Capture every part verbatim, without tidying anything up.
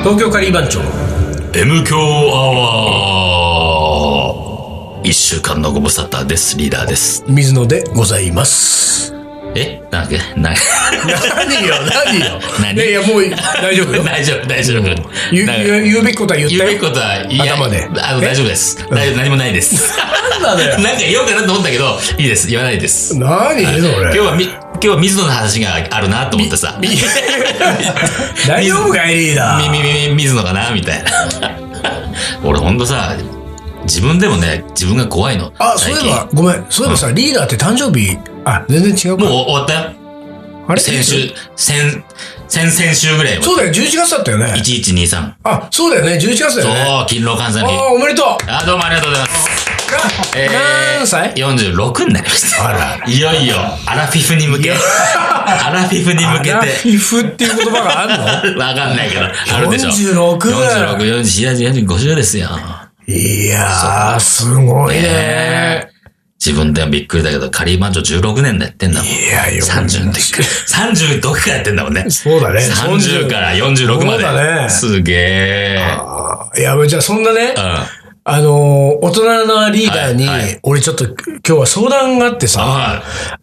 東京カリー番長 M 強アワー。一週間のご無沙汰です。リーダーです。 水野でございます。 えなんかな何よ何よ何いやいやもう大丈夫よ大丈夫大丈夫、うん、 言, 言うべきことは言ったよ。 言うべきことはいや頭であの大丈夫です、うん、大丈夫何もないですなんだよなんか言おうかなと思ったけどいいです言わないです。 何それ今日はみ今日は水野の話があるなと思ってさ大丈夫かいリーダーみみみみ水野かなみたいな俺ほんとさ自分でもね自分が怖いの。 あそういえばごめんそういえばさ、うん、リーダーって誕生日あ全然違うか。 もう終わったよ。 あれ先週先先々週ぐらい。 そうだよじゅういちがつだったよね。 いちいちにさん。 あそうだよねじゅういちがつだよね。 そう勤労感謝日。 あおめでとう。 あどうもありがとうございます。 えー、何歳 ? よんじゅうろく になりました。 あらあらいよいよアラフィフに向けアラフィフに向けてアラフィフっていう言葉があるのわかんないけどあるでしょ。 よんじゅうろくよんじゅうろく、よんじゅうよん、よんじゅうご週ですよ。 いやーすごいねね。 自分でもびっくりだけどカリー番長じゅうろくねんでやってんだもん。いやよさんじゅうの時さんじゅうの時からやってんだもんね。 そうだねさんじゅうからよんじゅうろくまで。そうだねすげえ。 いやじゃあそんなね、うんあのー、大人のリーダーに、はいはい、俺ちょっと今日は相談があってさ、はい、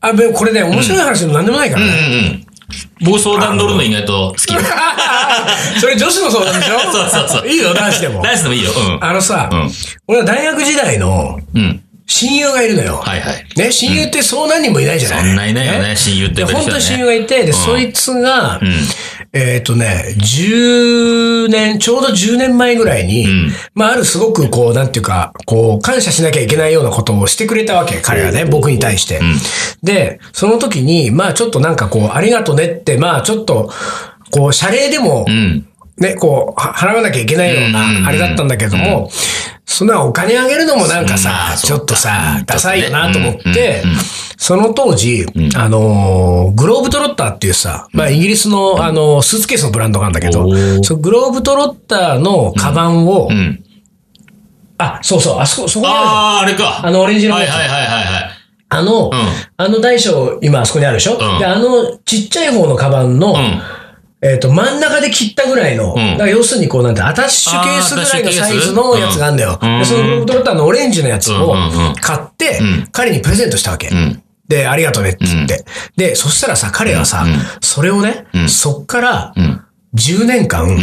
あ、これね、面白い話でも何でもないからね。うんうんうん僕相談乗るの意外と好き。 それ女子の相談でしょそうそうそう。 いいよ、男子でも。 男子でもいいよ。うん、 あのさ、うん、俺は大学時代の親友がいるのよ。 はいはい。 ね、親友ってそう何人もいないじゃない、 うん、そんないないよね、親友って。 本当に親友がいて、で、うん、そいつが、うんえっとね、じゅうねん、ちょうどじゅうねんまえぐらいに、うん、まあ、あるすごくこう、なんていうか、こう、感謝しなきゃいけないようなことをしてくれたわけ、彼はね、僕に対して。うん、で、その時に、まあ、ちょっとなんかこう、ありがとねって、まあ、ちょっと、こう、謝礼でも、うんね、こう、払わなきゃいけないような、あれだったんだけども、そんなお金あげるのもなんかさ、ちょっとさ、ダサいよなと思って、その当時、あの、グローブトロッターっていうさ、まあイギリスのあの、スーツケースのブランドがあるんだけど、そのグローブトロッターのカバンを、あ、そうそう、あそこ、そこにある。 ああ、あれか。 あのオレンジのやつ。 はいはいはいはい。 あの、あの大小、今あそこにあるでしょで、あのちっちゃい方のカバンの、えっと、真ん中で切ったぐらいの、うん、だから要するにこうなんて、アタッシュケースぐらいのサイズのやつがあるんだよ。うん、でそのグローブトロッターのオレンジのやつを買って、うん、彼にプレゼントしたわけ。うん、で、ありがとうねって言って。うん、で、そしたらさ、彼はさ、うん、それをね、うん、そっからじゅうねんかん、うん、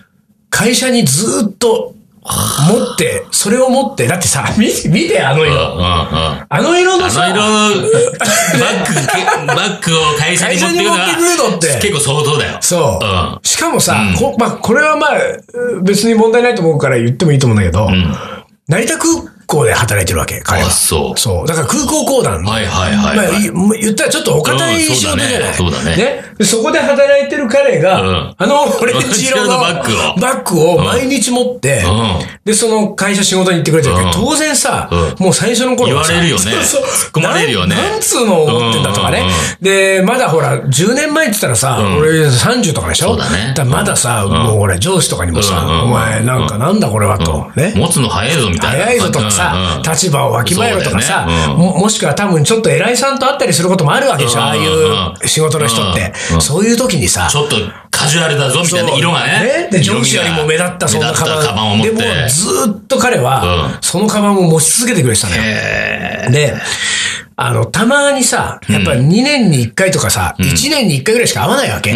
会社にずっと持って、それを持って、だってさ、見て、見て、あの色。あの色のさ、 あの色のバッグ、バッグを会社に持ってくるのは結構相当だよ。 そう。うん、しかもさ、うん、こまあ、これはまあ、別に問題ないと思うから言ってもいいと思うんだけど、うん、成田空港で働いてるわけ、彼は。 あ、そう。 そう。だから空港公団。 はいはいはい、はい。 まあ、言ったらちょっとお堅い仕事じゃない。 そうだね。 ね。でそこで働いてる彼が、うん、あのオレンジ色のバッグを、バッグを毎日持って、うん、で、その会社仕事に行ってくれてるけど、うん、当然さ、うん、もう最初の頃はさ、 言われるよね。 そうそう。 突っ込まれるよね。 な、なんつうのを持ってんだとかね。うんうん、で、まだほら、じゅうねんまえって言ったらさ、うん、俺さんじゅうとかでしょ。 そうだね。 だまださ、うん、もう俺上司とかにもさ、うん、お前なんかなんだこれはと、ね。 持つの早いぞみたいな。 早いぞとかさ、立場をわきまえろとかさ、ねうん、も, もしくは多分ちょっと偉いさんと会ったりすることもあるわけでしょ、うん、ああいう仕事の人って、うんうん、そういう時にさちょっとカジュアルだぞみたいな色が ね, ねで上司よりも目立ったそんなカバンカバンを持ってでもずっと彼は、うん、そのカバンを持ち続けてくれてたのよ。であのたまにさやっぱりにねんにいっかいとかさ、うん、いちねんにいっかいぐらいしか会わないわけ、うん、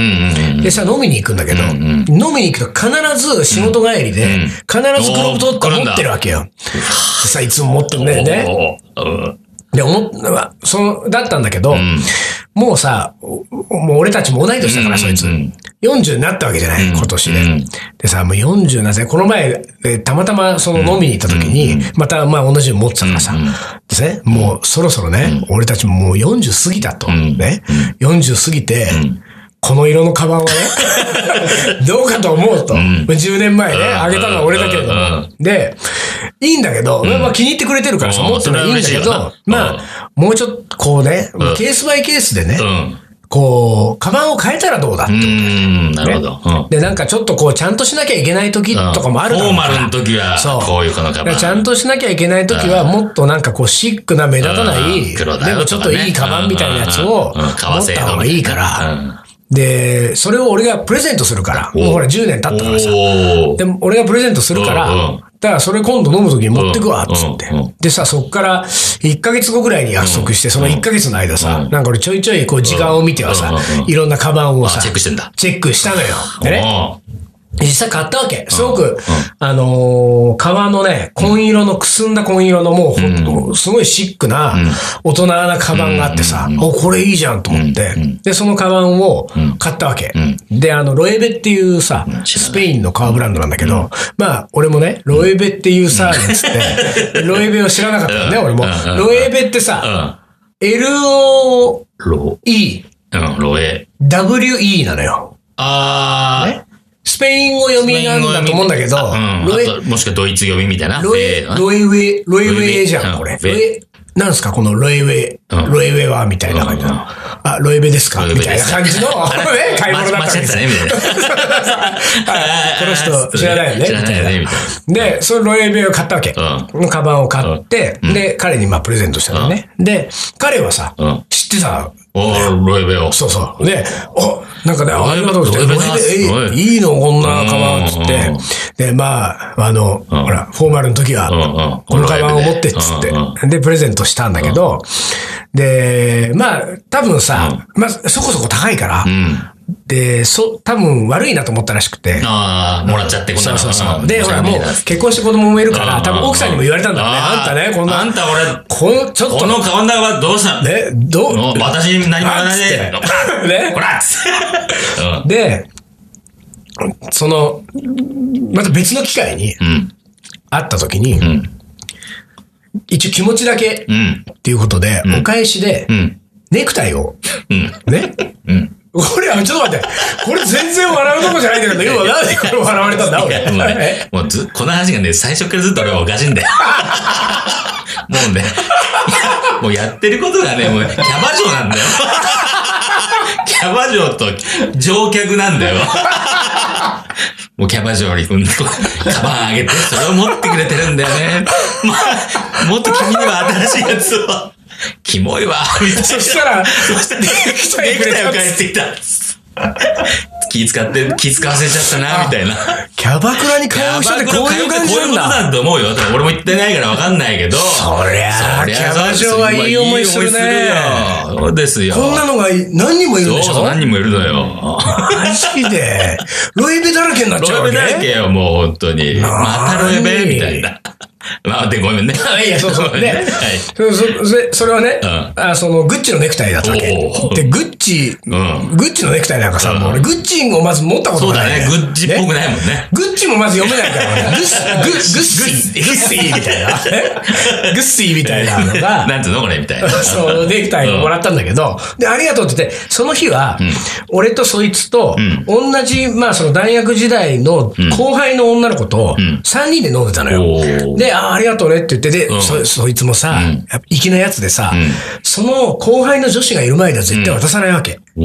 でさ飲みに行くんだけど、うん、飲みに行くと必ず仕事帰りで、うん、必ずグローブトロッター持ってるわけよ。でさいつも持ってるんだよね。で、思っ、その、だったんだけど、うん、もうさ、もう俺たちも同い年だから、うん、そいつ。よんじゅうになったわけじゃない、うん、今年で、うん。でさ、もうよんじゅうなぜ、この前、たまたまその飲みに行った時に、うん、またまあ同じように持ってたからさ、うん、ですね、もうそろそろね、うん、俺たちももうよんじゅう過ぎたと、うん、ね、よんじゅう過ぎて、うんこの色のカバンはね、どうかと思うと。うん、じゅうねんまえね、あげたのは俺だけれども。で、いいんだけど、うん、まあ気に入ってくれてるからさ、持ってるのはいいんだけど、まあ、もうちょっとこうね、うん、ケースバイケースでね、うんこう、カバンを変えたらどうだってことだよ。うん、 なるほど、うん。 で、なんかちょっとこう、ちゃんとしなきゃいけない時とかもあるだろうから、 フォーマルの時は、そう。こういうこのカバン。 ちゃんとしなきゃいけない時は、もっとなんかこう、シックな目立たない、でもちょっといいカバンみたいなやつを、持った方がいいから、 で、それを俺がプレゼントするから、もうほらじゅうねん経ったからさ。でも俺がプレゼントするから、だからそれ今度飲むときに持ってくわ、つって。でさ、そっからいっかげつごぐらいに約束して、そのいっかげつの間さ、なんか俺ちょいちょいこう時間を見てはさ、いろんなカバンをさ、 チェックしてんだ。 チェックしたのよ。でね。実際買ったわけ。すごく、あのー、革のね、紺色の、くすんだ紺色のもうほんと、すごいシックな、大人なカバンがあってさ、お、これいいじゃんと思って、で、そのカバンを買ったわけ。で、あの、ロエベっていうさ、スペインの革ブランドなんだけど、まあ、俺もね、ロエベっていうさ、つって、ロエベを知らなかったよね、俺も。ロエベってさ、エルオーイー、 ロエ、 ダブリューイー なのよ。 あー。 スペイン語読みなんだと思うんだけど、 ロエ、もしくはドイツ読みみたいな。 ロエ、ロエウェイ、ロエウェイじゃん、これ。ロエ、なんですかこのロエウェイ、ロエウェイはみたいな感じの。あ、ロエベですかみたいな感じの、買い物だったんですよ。この人知らないよねみたいな。で、そのロエベを買ったわけ。カバンを買って、で、彼にまあプレゼントしたのね。で、彼はさ、知ってさ、 ロエベを。 そうそう。で、お、なんかね、ありがとうございます。ロエベ、いいのこんなカバン、つって。で、まあ、あの、ほら、フォーマルの時は、このカバンを持って、つって。で、プレゼントしたんだけど、で、まあ、多分さ、まあ、そこそこ高いから、で、そ、多分悪いなと思ったらしくて。 ああ、もらっちゃって、こんなの。 そうそうそう。で、ほら、もう、結婚して子供もいるから、多分奥さんにも言われたんだろうね。あんたね、こんな。 あんた俺、 この、ちょっと。 このカバンだはどうしたね、どう私に何も言わないで。 ね。 ほらで、その、また別の機会に、会った時に、一応気持ちだけ、っていうことで、お返しで、ネクタイを、ね。これ、ちょっと待って。これ全然笑うとこじゃないんだけど、今なんでこれ笑われたんだ俺。 もうね、もうず、この話がね、最初からずっと俺はおかしいんだよ。もうね、もうやってることがね、もうキャバ嬢なんだよ。キャバ嬢と乗客なんだよ。もうキャバ嬢にカバンあげて、それを持ってくれてるんだよね。まあ、もっと君には新しいやつを。キモいわ、みたいな。 そしたら、 そしたら、ネクタイを返ってきた。気使って、気使わせちゃったな、みたいな。 キャバクラに通う人ってこういう感じなんだ。こういうことなんだと思うよ。俺も言ってないからわかんないけど。 そりゃあ、キャバ嬢はいい思いするね。 そうですよ。 こんなのが何人もいるでしょ。 そう、何人もいるのよ。 マジで。ロエベだらけになっちゃうわけ。 ロエベだらけよ、もう本当に。またロエベみたいな。まあ、で、ごめんね。 いや、そうそう。で、それはね、あその、グッチのネクタイだったわけ。で、グッチ、グッチのネクタイなんかさ、もう俺、グッチをまず持ったことない。 そうだね、グッチっぽくないもんね。 グッチもまず読めないからね。グッシー、グッシーみたいな。グッシーみたいなのが。 なんつうのこれみたいな。 そう、ネクタイをもらったんだけど、で、ありがとうって言って、その日は、俺とそいつと、同じ、まあ、その大学時代の後輩の女の子と、さんにんで飲んでたのよ。で、ああ、ありがとうねって言って、で、うん、そ、そいつもさ、うん、粋なやつでさ、うん、その後輩の女子がいる前では絶対渡さないわけ。うん、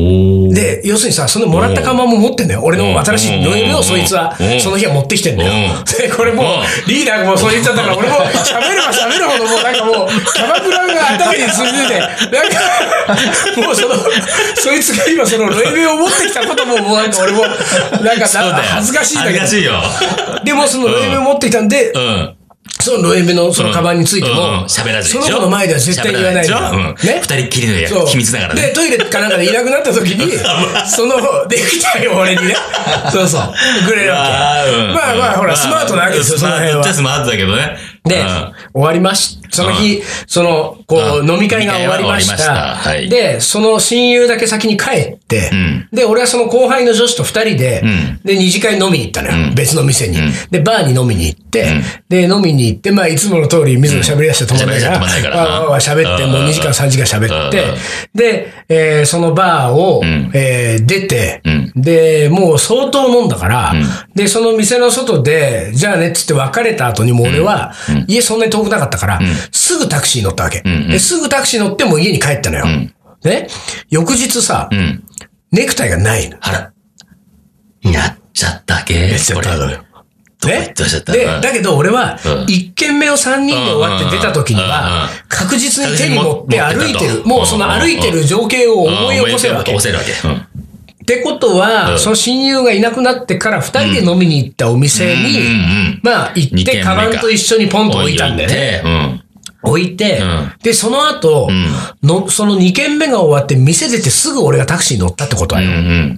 で、要するにさ、そのもらった看板も持ってんだよ。俺の新しいロエベをそいつは、その日は持ってきてんだよ。で、これもう、リーダーがもうそう言っちゃったから、俺も喋れば喋るほどもうなんかもう、キャバクラが頭についてて、なんか、もうその、そいつが今そのロエベを持ってきたことももうなんか俺も、なんか恥ずかしいんだけど。 恥ずかしいよ。 でもそのロエベを持ってきたんで、うんそのロエベのそのカバンについても、 喋らずに。 その子の前では絶対に言わないんだ。 ね。二人っきりの秘密だからね。 で、トイレかなんかでいなくなった時に、そのネクタイを俺にね、そうそう、くれるわけ。まあまあ、ほら、スマートなわけですよ、その辺は。 スマートだけどね。 で、終わりまし、その日、その、こう、飲み会が終わりました。で、その親友だけ先に帰って、で、俺はその後輩の女子と二人で、で、二次会飲みに行ったのよ。別の店に。で、バーに飲みに行って、で、飲みに行って、まあ、いつもの通り水野喋り出して止まんないから、わわわ喋って、もうにじかんさんじかん喋って、で、えそのバーを、え出て、で、もう相当飲んだから、で、その店の外で、じゃあねっつって別れた後にもう俺は、家そんなに遠くなかったから、すぐタクシー乗ったわけ。ですぐタクシー乗ってもう家に帰ったのよ。ね、翌日さ、ネクタイがないの。 あら。やっちゃったけやっちゃったのよ。 ね、 で、だけど俺は、一軒目を三人で終わって出た時には、確実に手に持って歩いてる。もうその歩いてる情景を思い起こせるわけ。っってことは、うん、その親友がいなくなってから二人で飲みに行ったお店に、うん、まあ行って、カバンと一緒にポンと置いたんだよね。うん置いて、うん、で、その後、うん、の、そのにけんめが終わって店出てすぐ俺がタクシーに乗ったってことはよ。うんうん、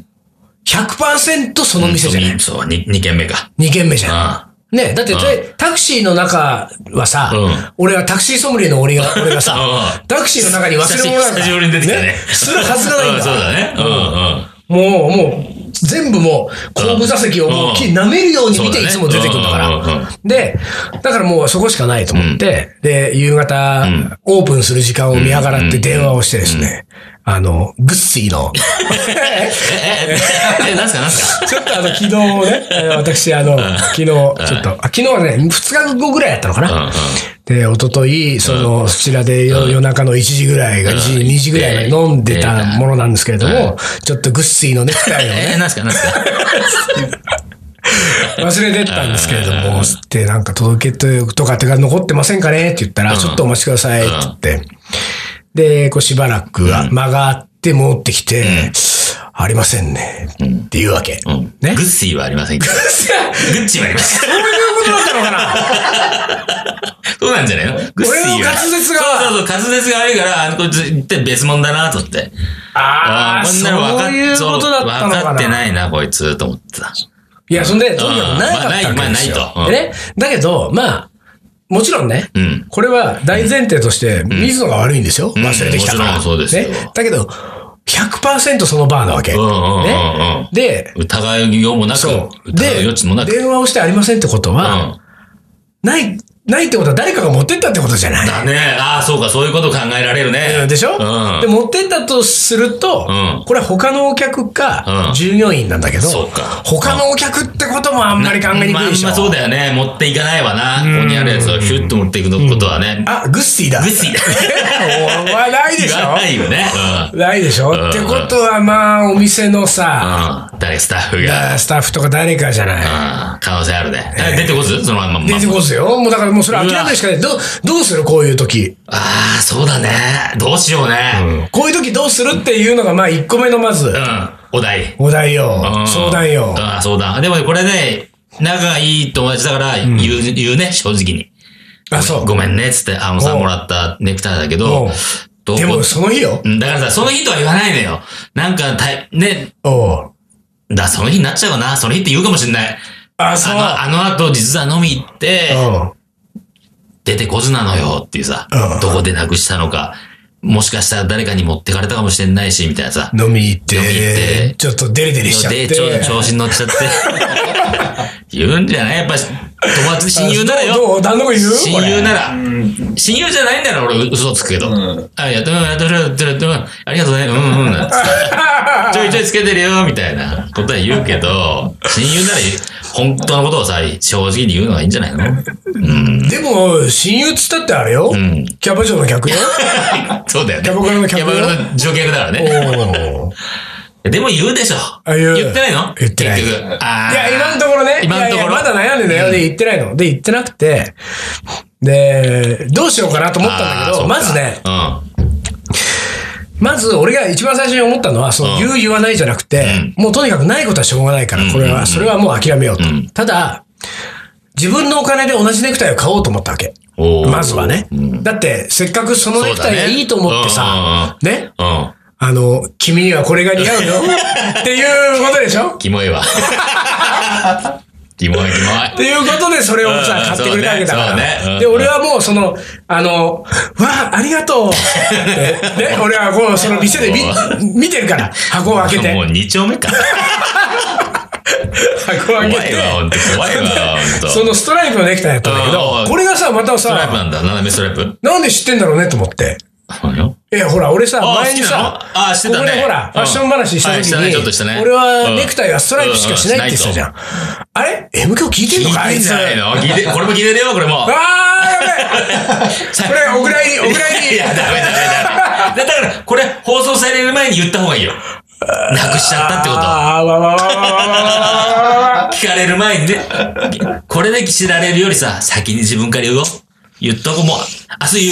ひゃくパーセント その店じゃない、うん、 そう、にけんめか。 にけんめじゃん。ね、だって、うん、タクシーの中はさ、うん、俺はタクシーソムリエの俺が、俺がさ、うん、タクシーの中に忘れ物なんか、 久しぶりに出てきたね。 ねするはずがないんだ。 うん、そうだね。うんうん、もう、もう、全部もう、後部座席をもう、舐めるように見ていつも出てくるんだから。で、だからもうそこしかないと思って、うん、で、夕方、うん、オープンする時間を見計らって電話をしてですね、うんうん、あの、グッシーの。 え、え、なんすかなんすかちょっとあの、昨日ね、私あの、昨日、ちょっと、あ昨日はね、ふつかごぐらいやったのかな。うんうんで、おととい、その、そちらで夜中のいちじぐらいが、いちじ、にじぐらいまで飲んでたものなんですけれども、ちょっとグッシーのネクタイをね。 え、なんすかなんすか忘れてったんですけれども、で、なんか届けとかってか残ってませんかねって言ったら、ちょっとお待ちくださいって言って、で、こうしばらく間があって戻ってきて、ありませんね。っていうわけ。 ね。グッシーはありませんけど。グッチはあります。 そういうことだったのかなそうなんじゃないのグッシーは。 俺の滑舌が。 そうそうそう、滑舌が悪いから、あの、こいつ言って別物だなと思って。 ああ、そういうことだったのかな。 分かってないな、こいつ、と思ってた。 いや、そんで、とにかくないかったわけですよ。まあ、ないと。でね。だけど、まあ、もちろんね、これは大前提として、水野が悪いんですよ。忘れてきたから。 そうですよ。 だけど、ひゃくパーセント そのバーなわけ。ね。で、 疑いようもなく、疑う余地もなく。 電話をしてありませんってことは、ない、ないってことは誰かが持ってったってことじゃない。 だね。ああ、そうか、そういうこと考えられるね。 でしょ、うん、で、持ってったとすると、うん、これは他のお客か、従業員なんだけど、そうか。他のお客ってこともあんまり考えにくいでしょ。 まあ、そうだよね。持っていかないわな。ここにあるやつをヒュッと持っていくことはね。 あ、グッシーだ。 グッシーだ。 おないでしょないよね。 ないでしょってことは、まあ、お店のさ、 誰、スタッフが。 スタッフとか誰かじゃない。 可能性あるね。出てこずそのまま。 出てこずよ。もうだからもうそれ諦めるしかない。どう、どうするこういう時。 ああ、そうだね。どうしようね。 こういう時どうするっていうのが、まあ、一個目のまず。うん。 お題。 お題よ。相談よ。 ああ、そうだ。でもこれね、仲がいい友達だから言う、言うね、正直に。 あ、そう。 ごめんね、つって、あのさ、もらったネクタイだけど、 でもその日よ。 だからさ、その日とは言わないのよ。なんか、たい、ね。おう。だ、その日になっちゃうかな。その日って言うかもしれない。 あ、そう。 あの、あの後、実は飲み行って、出てこずなのよっていうさ、どこでなくしたのか。もしかしたら誰かに持ってかれたかもしれないし、みたいなさ。 飲み行って。飲み行って。ちょっとデリデリしちゃって。 で、ちょっと調子に乗っちゃって。言うんじゃないやっぱ、友達、親友ならよ。 どう何度も言う親友なら。親友じゃないんだら俺嘘つくけど。あ、やってもやってるやってるやってるありがとうね。うんうん。ちょいちょいつけてるよ、みたいなことは言うけど、親友なら本当のことをさ、正直に言うのがいいんじゃないの？うん。 でも、親友っつったってあれよ。うん。キャバ嬢の客よ。 そうだよね。 キャバクラの客よ。 キャバクラの乗客だからね。でも言うでしょ。あ、言う。言ってないの？ 言ってない。 結局。あいや、今のところね。 今のところ。 まだ悩んでんだよ。で、言ってないの。で、言ってなくて、で、どうしようかなと思ったんだけど、まずね、うん。まず、俺が一番最初に思ったのは、その、言う言わないじゃなくて、もうとにかくないことはしょうがないから、これは、それはもう諦めようと。ただ、自分のお金で同じネクタイを買おうと思ったわけ。まずはね。だって、せっかくそのネクタイがいいと思ってさ、ね。あの、君にはこれが似合うよっていうことでしょ？ キモいわ。キモいキモい。 っていうことでそれをさ、買ってくれたわけだから。ねね、で、俺はもうその、あの、わあ、ありがとうって、ね、俺はこう、その店で見、見てるから、箱を開けて。 もうに丁目か。 箱を開けて。 怖いわ、ほんと。怖いわ、ほんと。 そのストライプのネクタイだったんだけど、これがさ、またさ、 ストライプなんだ、斜めストライプ。 なんで知ってんだろうねと思って。え、ほら、俺さ、前にさ、 あ、してたね。 ここでほら、ファッション話した時に、俺はネクタイはストライプしかしないって言ってたじゃん。あれ ?M 響聞いてんのかあいつ。 聞いてんじゃないの聞いて、これも聞いてるよ、これも。 あー、やべえこれ、お蔵入り、お蔵入り。 いや、ダメダメダメ。だから、これ、放送される前に言った方がいいよ。なくしちゃったってこと。あー、わわわわわわ聞かれる前にね、これで知られるよりさ、先に自分から言うよ。言っとこも、明日言うよ。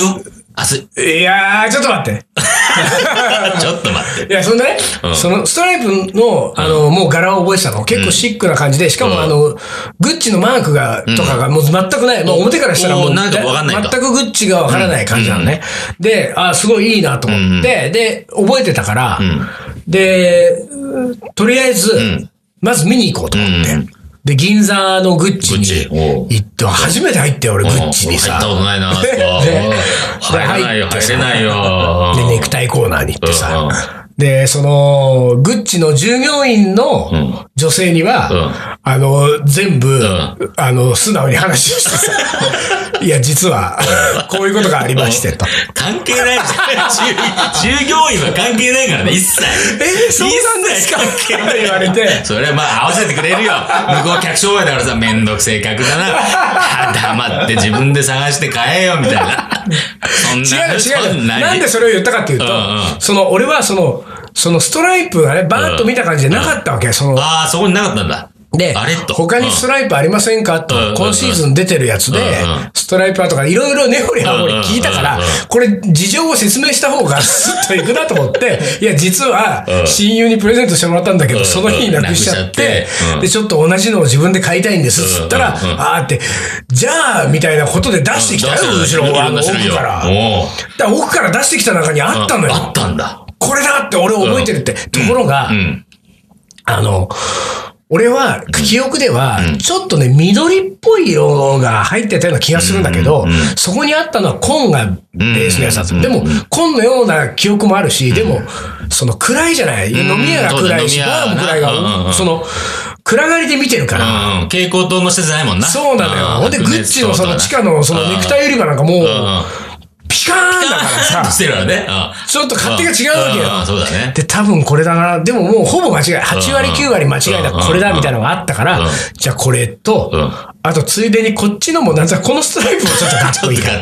熱い。 いやー、ちょっと待って。 ちょっと待って。 いや、そんでね、うん、そのストライプの、あの、うん、もう柄を覚えてたの。結構シックな感じで、しかも、うん、あの、グッチのマークが、とかがもう全くない。もう表からしたらもう、 なんかわかんない全くグッチがわからない感じなのね。うん、で、あ、すごいいいなと思って、うん、で、覚えてたから、うん、で、とりあえず、うん、まず見に行こうと思って。うんで、銀座のグッチに行って、初めて入ってよ、俺、グッチにさ。 入ったことないな、で、入れないよ、入れないよ。 で、ネクタイコーナーに行ってさ。で、その、グッチの従業員の女性には、うん、あの、全部、うん、あの、素直に話をしてさ、いや、実は、こういうことがありましてと。 関係ないじゃん。従業員は関係ないからね、一切。 え、そうなんですかって言われて。 それはまあ、合わせてくれるよ。向こう客商売だからさ、めんどくせえ客だな。黙って自分で探して買えよ、みたいな。そんな。 違う違う。なんでそれを言ったかっていうと、うんうん、その、俺はその、そのストライプがね、バーッと見た感じでなかったわけ、うん、その。 ああ、そこになかったんだ。 で、他にストライプありませんかと、今シーズン出てるやつで、ストライプはとかいろいろ根掘り葉掘り聞いたから、これ事情を説明した方がスッといくなと思って、いや、実は親友にプレゼントしてもらったんだけど、その日になくしちゃって、で、ちょっと同じのを自分で買いたいんです、つったら、あーって、じゃあ、みたいなことで出してきたよ、後ろ、あの、奥から。だから奥から出してきた中にあったのよ。 あったんだ。 これだって俺覚えてるって。ところが、あの、俺は、記憶では、ちょっとね、緑っぽい色が入ってたような気がするんだけど、そこにあったのは紺がベースのやつだった。でも、紺のような記憶もあるし、でも、その暗いじゃない飲み屋が暗いし、バーも暗いが、その、暗がりで見てるから。 蛍光灯の施設じゃないもんな。 そうなのよ。ほんで、グッチのその地下のそのネクタイ売り場なんかもう、ピカーンだからさ、 してるわね。 ちょっと勝手が違うわけよ。 そうだね。 で、多分これだな。でももうほぼ間違い。はちわりきゅうわり間違いだ。これだみたいなのがあったから、じゃあこれと、あとついでにこっちのもなんかこのストライプもちょっとかっこいいから。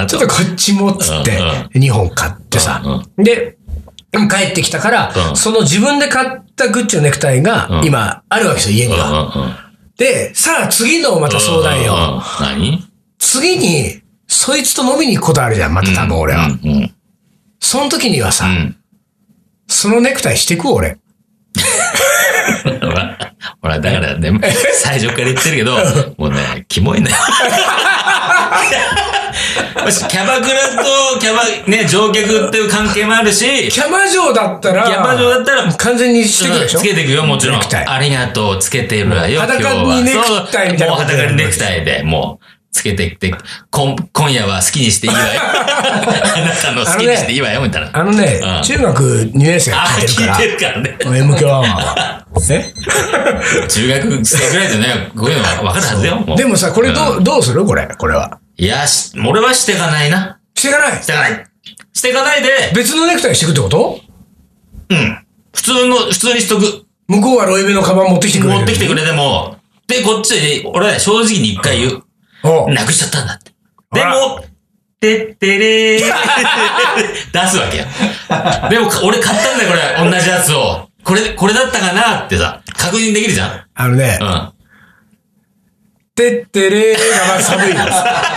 ちょっとこっちもっつってにほん買ってさ。で、帰ってきたから、その自分で買ったグッチのネクタイが今あるわけですよ、家には。で、さあ次のまた相談よ。 何？ 次に、そいつと飲みに行くことあるじゃん、また多分俺は。うんうんうん、その時にはさ、うん、そのネクタイしてく俺。 ほら、だからね、最初から言ってるけど、もうね、キモいね。キャバクラとキャバ、ね、乗客っていう関係もあるし、 キャバ嬢だったら、 キャバ嬢だったら、 完全にしてくでしょ？ つけていくよ、もちろん。ありがとう、つけてるわよ、 今日は。裸にネクタイみたいな。 もう裸にネクタイで、もう。つけてきて、今、今夜は好きにしていいわよ。あなたの好きにしていいわよ、みたいな。 あのね、うん、中学にねん生が聞いてるから。 聞いてるからね。 エムキョアワーは。え中学生ぐらいでね、こういうのは分かるはずよ。 でもさ、これどう、うん、どうするこれ、これは。 いや、俺はしてかないな。 してかないしてかない。してかないで。 別のネクタイしてくってこと？ うん。普通の、普通にしとく。 向こうはロイベのカバン持ってきてくれる。 持ってきてくれても。で、こっちで、俺は正直に一回言う。なくしちゃったんだって。でも、てってれー出すわけよ。でも、俺買ったんだよ、これ。同じやつを。これ、これだったかなってさ、確認できるじゃん。 あのね。うん。てってれーがまず寒いです。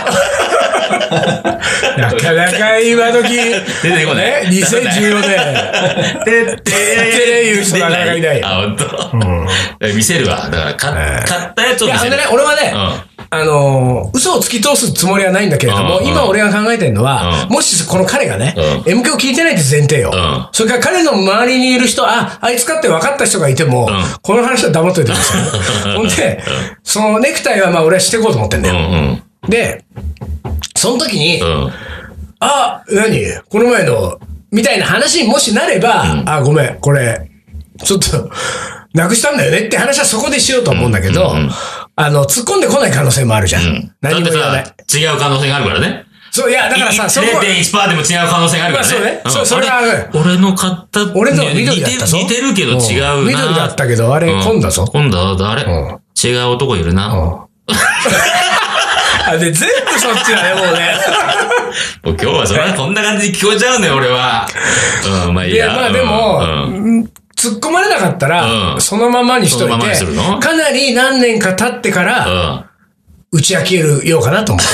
なかなか今時、 出てこない。 にせんじゅうよねん。てってれー言う人なかなかいない。 あ、ほんと。見せるわ。だから、買ったやつを見せる。 いや、俺はね、あの、嘘を突き通すつもりはないんだけれども、今俺が考えてるのは、もしこの彼がね、エムキョを聞いてないって前提よ。それから彼の周りにいる人、あ、あいつかって分かった人がいても、この話は黙っといてください。ほんで、そのネクタイはまあ俺はしていこうと思ってんだよ。で、その時に、あ、何この前の、みたいな話にもしなれば、あ、ごめん、これ、ちょっと、なくしたんだよねって話はそこでしようと思うんだけど、うんうん、あの、突っ込んでこない可能性もあるじゃん。うん、 何も言わない。違う可能性があるからね。 そう、いや、だからさ、そこゼロてんいちパーセント でも違う可能性があるからね。 まあ、そうね。うん、そう、それはある。 俺の買った、 俺の緑だったぞ。 似てるけど違うな。 緑だったけど、あれ、紺だぞ。 紺だ、誰、うん、違う男いるな。うんあ、で、全部そっちだね、もうね。 もう今日はそれはこんな感じに聞こえちゃうんだよ、俺は。うん、まあいいや。 いや、まあでも、うん突っ込まれなかったら、うん、そのままにしといて、かなり何年か経ってから、 打ち明けるようかなと思って。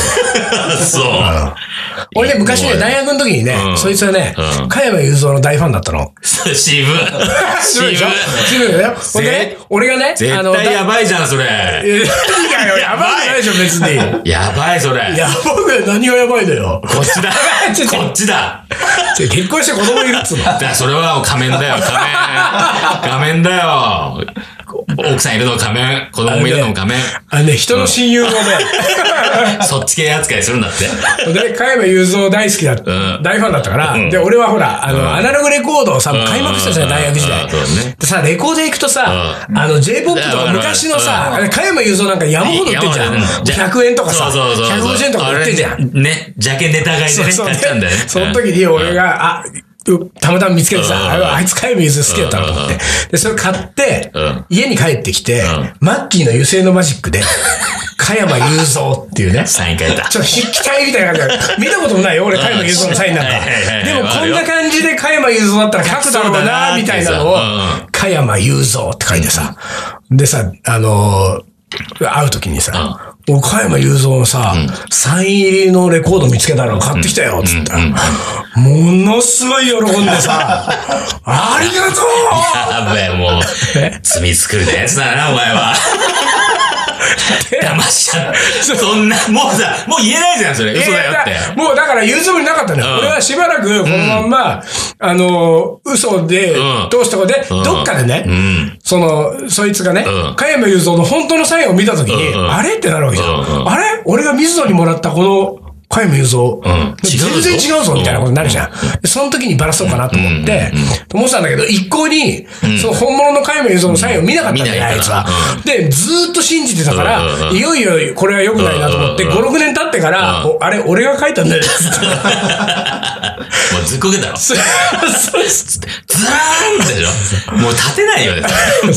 そう。 俺ね、昔ね、大学の時にね、そいつはね、加山雄三の大ファンだったの。 渋。渋いでしょ渋いよね。ほんでね、俺がね、 絶対やばいじゃん、それ。 いやいや、やばいじゃないでしょ、別に。 やばい、それ。 やばいよ、何がやばいのよ。 こっちだ。こっちだ。 結婚して子供いるっつうの。 だからそれは仮面だよ、仮面。仮面だよ。奥さんいるの仮面、子供いるのも仮面。 あのね、人の親友のね、 そっち系扱いするんだって。 で、加山雄三大好きだった、大ファンだったから、で、俺はほら、あの、アナログレコードをさ、開幕したじゃん、大学時代。でさ、レコード行くとさ、あの、J-ポップ とか昔のさ、加山雄三なんか山ほど売ってんじゃん。ひゃくえんとかさ、ひゃくごじゅうえんとか売ってんじゃん。 ね、ジャケネタ買いでね、買っちゃうんだよね。 その時に俺が、あ、たまたま見つけてさ、あいつ加山雄三好きだったなと思って。で、それ買って、家に帰ってきて、マッキーの油性のマジックで、加山雄三っていうね。 サイン書いた。 ちょっと筆記体みたいな感じで。見たこともないよ、俺、加山雄三のサインなんか。でもこんな感じで加山雄三だったら書くだろうな、みたいなのを、加山雄三って書いてさ。でさ、あの、会う時にさ、俺、加山雄三のさ、サイン入りのレコード見つけたら買ってきたよ、つったら。ものすごい喜んでさ、ありがとうやべえ、もう、罪作るやつだな、お前は。騙しちゃった。そんな、もうさ、もう言えないじゃん、それ。嘘だよって。 もうだから言うつもりなかったのよ。俺はしばらくこのまんま、あの、嘘で通したことで、どっかでね、その、そいつがね、加山雄三の本当のサインを見たときに、あれってなるわけじゃん。あれ俺が水野にもらったこの、加山雄三、全然違うぞみたいなことになるじゃん。その時にバラそうかなと思って、思ってたんだけど、一向に、その本物の加山雄三のサインを見なかったんだよ、あいつは。で、ずーっと信じてたから、いよいよこれは良くないなと思って、ご、ろくねん経ってから、あれ、俺が書いたんだよ。 もうずっこけたろ。ずーんでしょ。もう立てないよね。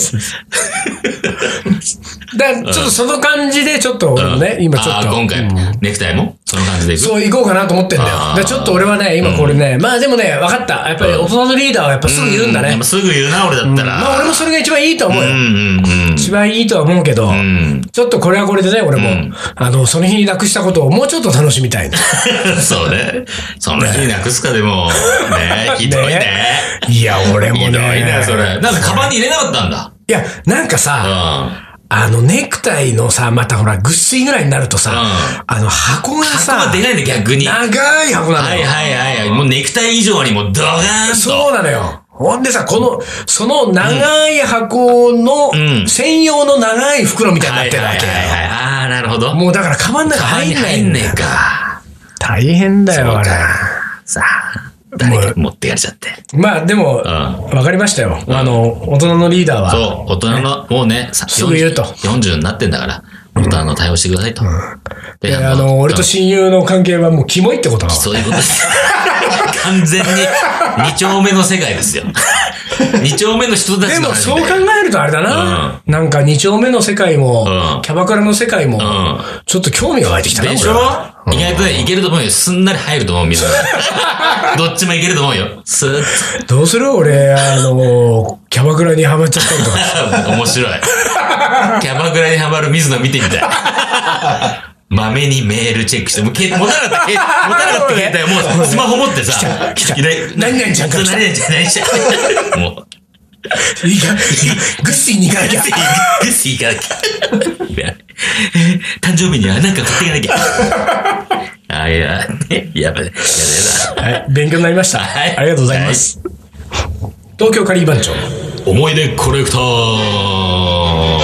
だからちょっとその感じで、ちょっと俺もね、今ちょっと。 今回、ネクタイもその感じでいく？ そう、行こうかなと思ってんだよ。だからちょっと俺はね、今これね、まあでもね、分かった。やっぱり大人のリーダーはやっぱすぐ言うんだね。 すぐ言うな、俺だったら。 まあ俺もそれが一番いいと思うよ。一番いいとは思うけど、ちょっとこれはこれでね、俺も、あの、その日になくしたことをもうちょっと楽しみたいね。 そうね。その日になくすかでも、ね、ひどいね。 いや、俺もね。 ひどいね、それ。なんかカバンに入れなかったんだ。 いや、なんかさ、あの、ネクタイのさ、またほら、ぐっすいぐらいになるとさ、あの、箱がさ、 箱がでかいんだ、逆に。 長い箱なのよ。 はいはいはい。もうネクタイ以上にもうドガーンと。 そうなのよ。ほんでさ、この、その長い箱の、専用の長い袋みたいになってるわけよ。 ああ、なるほど。 もうだから、カバンの中入んないんだよ。 入んねえか。 大変だよ、あれ。 さあ。誰か持ってやれちゃって。 まあでも、わかりましたよ。あの、大人のリーダーは。 そう、大人の、もうね、 すぐ言うと。 よんじゅうになってんだから、大人の対応してくださいと。 で、あの、俺と親友の関係はもうキモいってことだわ。 そういうことです。完全に二丁目の世界ですよ。二丁目の人たちの話で。 もそう考えるとあれだな。なんか二丁目の世界も、キャバクラの世界も、ちょっと興味が湧いてきたな。 でしょ？意外とね、いけると思うよ。すんなり入ると思う、水が。どっちもいけると思うよ。スーッと。 どうする俺、あの、キャバクラにハマっちゃったりとか。 面白い。キャバクラにハマる水野見てみたい。まめにメールチェックして、もう持たなかった、持たなかった携帯もうスマホ持ってさ、 来た、来た。何々ちゃんから来た。 何々ちゃん、何々ちゃん。もう。 いいか、グッシーに行かなきゃ。 グッシー行かなきゃ。誕生日には何か買っていかなきゃ。あ、いや、やばい、やだやだ。 はい、勉強になりました。はい。ありがとうございます。東京カリー番長。 思い出コレクター。 はい。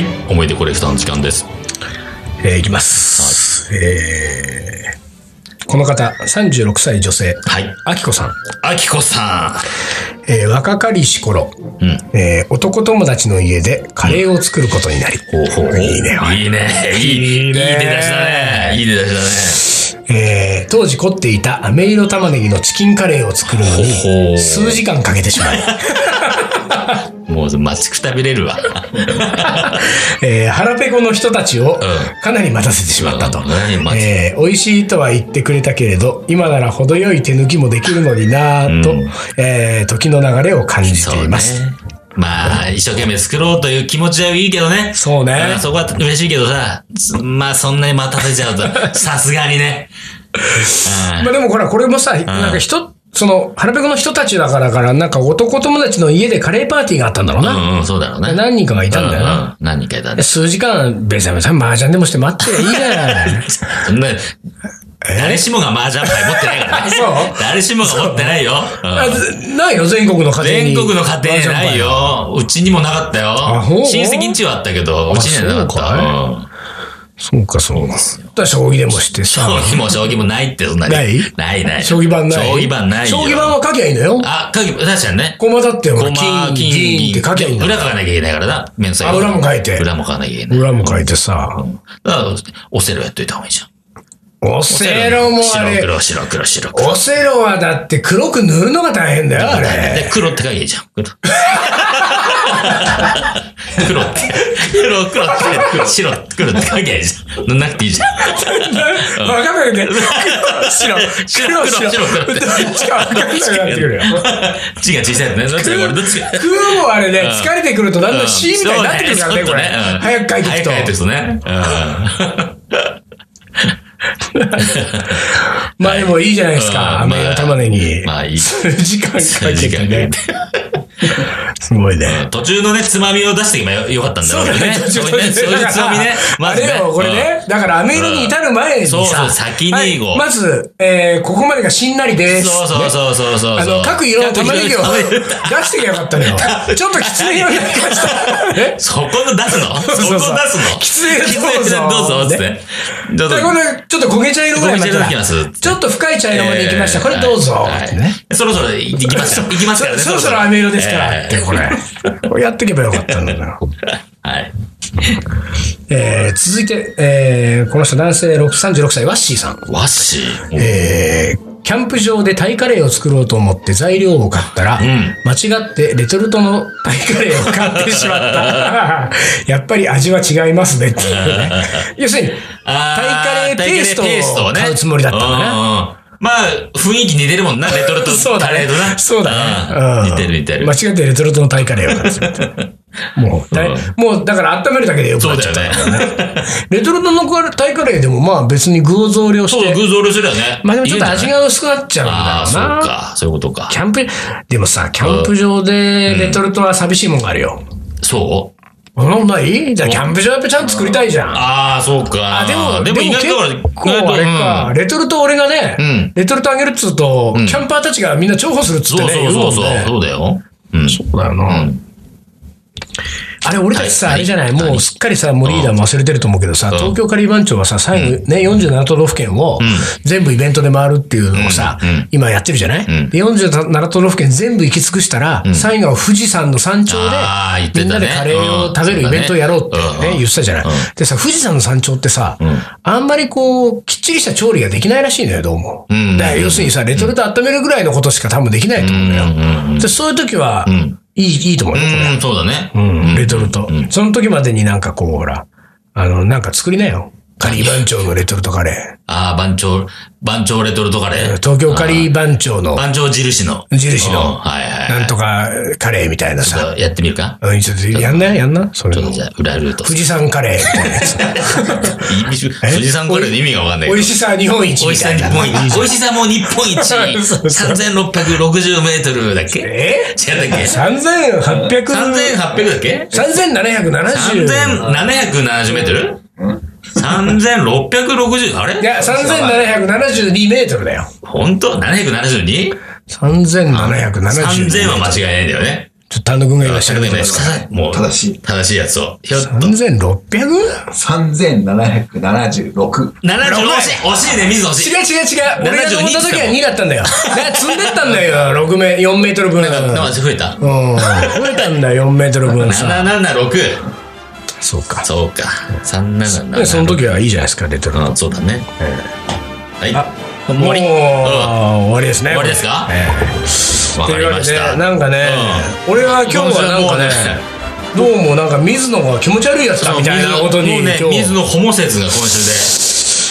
思い出コレクターの時間です。 えー、いきます。えー、この方、さんじゅうろくさい女性。 はい。 あきこさん。 あきこさん。えー、若かりし頃、うん、えー、男友達の家でカレーを作ることになり。 ほうほう。 いいね。 いいね。いい、いい出だしだね。いい出だしだね。 えー、当時凝っていた飴色玉ねぎのチキンカレーを作るのに、数時間かけてしまい。 もう待ちくたびれるわ。 えー、腹ペコの人たちをかなり待たせてしまったと。うん、えー、美味しいとは言ってくれたけれど、今なら程よい手抜きもできるのになぁと、うん、えー、時の流れを感じています。 まあ、一生懸命作ろうという気持ちはいいけどね。 そうね。 そこは嬉しいけどさ、まあそんなに待たせちゃうと、さすがにね。 まあでもほら、これもさ、なんか人、その、腹ペコの人たちだからから、なんか男友達の家でカレーパーティーがあったんだろうな。 うんうん、そうだろうね。 何人かがいたんだよな。 うんうん、何人かいたんだ。 数時間、別にさ、麻雀でもして待ってりゃいいじゃない。 そんな、誰しもが麻雀牌持ってないからね。 そう誰しもが持ってないよ。 うん、ないよ、全国の家庭に。 全国の家庭にないよ。うちにもなかったよ。親戚んちはあったけど、うちにはなかった。 そうか、そうか。だ将棋でもしてさ。 将棋も将棋もないって、そんなに。 ないないない。 将棋盤ない。 将棋盤ないよ。 将棋盤は書きゃいいのよ。 あ、書き、確かにね。 駒だってよ。 駒、 金、銀って書きゃいいんだ。 裏書かなきゃいけないからな。面接。 あ、裏も書いて。 裏も書かなきゃいけない。 裏も書いてさ。 だから、オセロやっといた方がいいじゃん。 オセロもあれ。 白黒、白黒、白黒。 オセロはだって黒く塗るのが大変だよ、あれ。 で、黒って書いていいじゃん。黒。黒って。黒、黒って、白、黒って書きゃいいじゃん。塗んなくていいじゃん。 わかんないけど、白、 白、黒、白、黒って。 どっちかわかんなくなってくるよ。 字が小さいね。どっちか、これどっちか。 黒もあれね、疲れてくるとだんだん C みたいになってくるからね、これ。早く書いていくと。 早く書いていくとね。 まあでもいいじゃないですか。甘い玉ねぎ。 まあいい。 数時間かけてね。すごいね。 途中のね、つまみを出していけばよかったんだろうね。そういうつまみね。 あれよ、これね。だから、飴色に至る前にさ。 そうそう、先にこう。 まず、えー、ここまでがしんなりです。 そうそうそうそうそう。 あの、各色の玉ねぎを出してきゃよかったのよ。ちょっときつね色になりました。えそこの出すのそこ出すのきつね色どうぞ。どうぞ、つって。 ちょっと、ちょっと焦げ茶色ぐらいになったら。ちょっと深い茶色まで行きました。これどうぞ。 そろそろ行きます行きますからね。 そろそろ飴色ですから。って、これ。これやっていけばよかったんだよ。 はい。 えー、続いて、えー、この人男性さんじゅうろくさい、ワッシーさん。 ワッシーえー、キャンプ場でタイカレーを作ろうと思って材料を買ったら、うん、間違ってレトルトのタイカレーを買ってしまった。やっぱり味は違いますねっていうね。要するに、タイカレーペーストを買うつもりだったんだな。 まあ、雰囲気似てるもんな、レトルトカレーとな。 そうだね。 似てる似てる。 間違ってレトルトのタイカレーを買ってしまった。もう、もう、だから温めるだけでよくなっちゃったからね。レトルトのタイカレーでもまあ別に具を増量して。 そう、具増量するよね。 まあでもちょっと味が薄くなっちゃうんだよな。 ああ、そうか。そういうことか。 キャンプ、でもさ、キャンプ場でレトルトは寂しいもんがあるよ。 そうそんなことないじゃあキャンプ場やっぱちゃんと作りたいじゃん。 ああ、そうか。 あ、でも、 でも意外とあれか、レトルト俺がね、レトルトあげるっつうと、キャンパーたちがみんな重宝するっつってね。 そうそうそう。そうだよ。 そうだよな。あれ、俺たちさ、あれじゃない、もうすっかりさ、もうリーダーも忘れてると思うけどさ、東京カリー番長はさ、最後ね、よんじゅうなな都道府県を全部イベントで回るっていうのをさ、今やってるじゃないで、よんじゅうなな都道府県全部行き尽くしたら、最後は富士山の山頂で、みんなでカレーを食べるイベントをやろうってね、言ってたじゃない。でさ、富士山の山頂ってさ、あんまりこう、きっちりした調理ができないらしいのよ、どうも。要するにさ、レトルト温めるぐらいのことしか多分できないと思うんだよ。で、そういう時は、いい、いいと思うよ、これ。 うん、そうだね。 うん、レトルト。その時までになんかこう、ほら、あの、なんか作りなよ。カリー番長のレトルトカレー。 ああ、番長、番長レトルトカレー。 東京カリー番長の。 番長印の。 印の。 はいはい。 なんとかカレーみたいなさ。 やってみるかうん、ちょっとやんなやんなそれ。 ちょっとじゃあ、裏ルート。 富士山カレーみたいなやつ。 富士山カレーの意味がわかんない。 美味しさ日本一みたいな。 美味しさ日本一。美味しさも日本一。さんぜんろっぴゃくろくじゅうメートルだっけえ違ったっけ ? さんぜんはっぴゃく。 さんぜんはっぴゃくだっけ ?さんぜんななひゃくななじゅう。 さんぜんななひゃくななじゅうメートルさんぜんろっぴゃくろくじゅう、あれいや、さんぜんななひゃくななじゅうにメートルだよ。 ほんと ?ななひゃくななじゅうに? さんぜんななひゃくななじゅうに。 さんぜんは間違いないんだよね。 ちょっと丹野くんが今調べてますから。 もう、正しい。正しいやつを。 ひょっと。さんぜんろっぴゃく? さんぜんななひゃくななじゅうろく。 ななじゅうろく。惜しい惜しいね、水野惜しい。 違う違う違う。俺が登った時はにだったんだよ。積んでったんだよ、ろくメートル、よんメートル分。 なんか、増えた。 うん。増えたんだよ、よんメートル分さ。 ななななろく。 そうか。 そうか。さんなななろく。 その時はいいじゃないですか、レトルト。 そうだね。はい。 終わり。終わりですね。 終わりですかわかりました。 なんかね、俺は今日はなんかね、どうもなんか水野が気持ち悪いやつだみたいなことに。 もうね、水野ホモ説が今週で。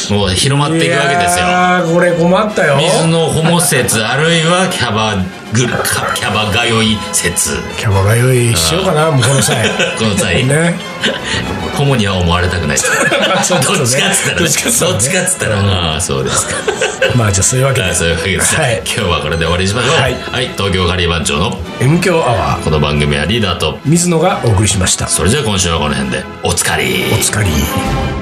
もう広まっていくわけですよ。 ああ、これ困ったよ。 水のホモ説、あるいはキャバグル、キャバ通い説。 キャバ通いしようかな、もうこの際。 この際。 ね。 ホモには思われたくない。 そうどっちかっつったら、 どっちかっつったら、 どっちかっつったら、ああ、そうですか。 まあじゃあそういうわけで。 そういうわけです。 はい。 今日はこれで終わりにしましょう。はい。東京カリー番長の M 強アワー。 この番組はリーダーと水野がお送りしました。 それじゃあ今週はこの辺で、おつかり。 おつかり。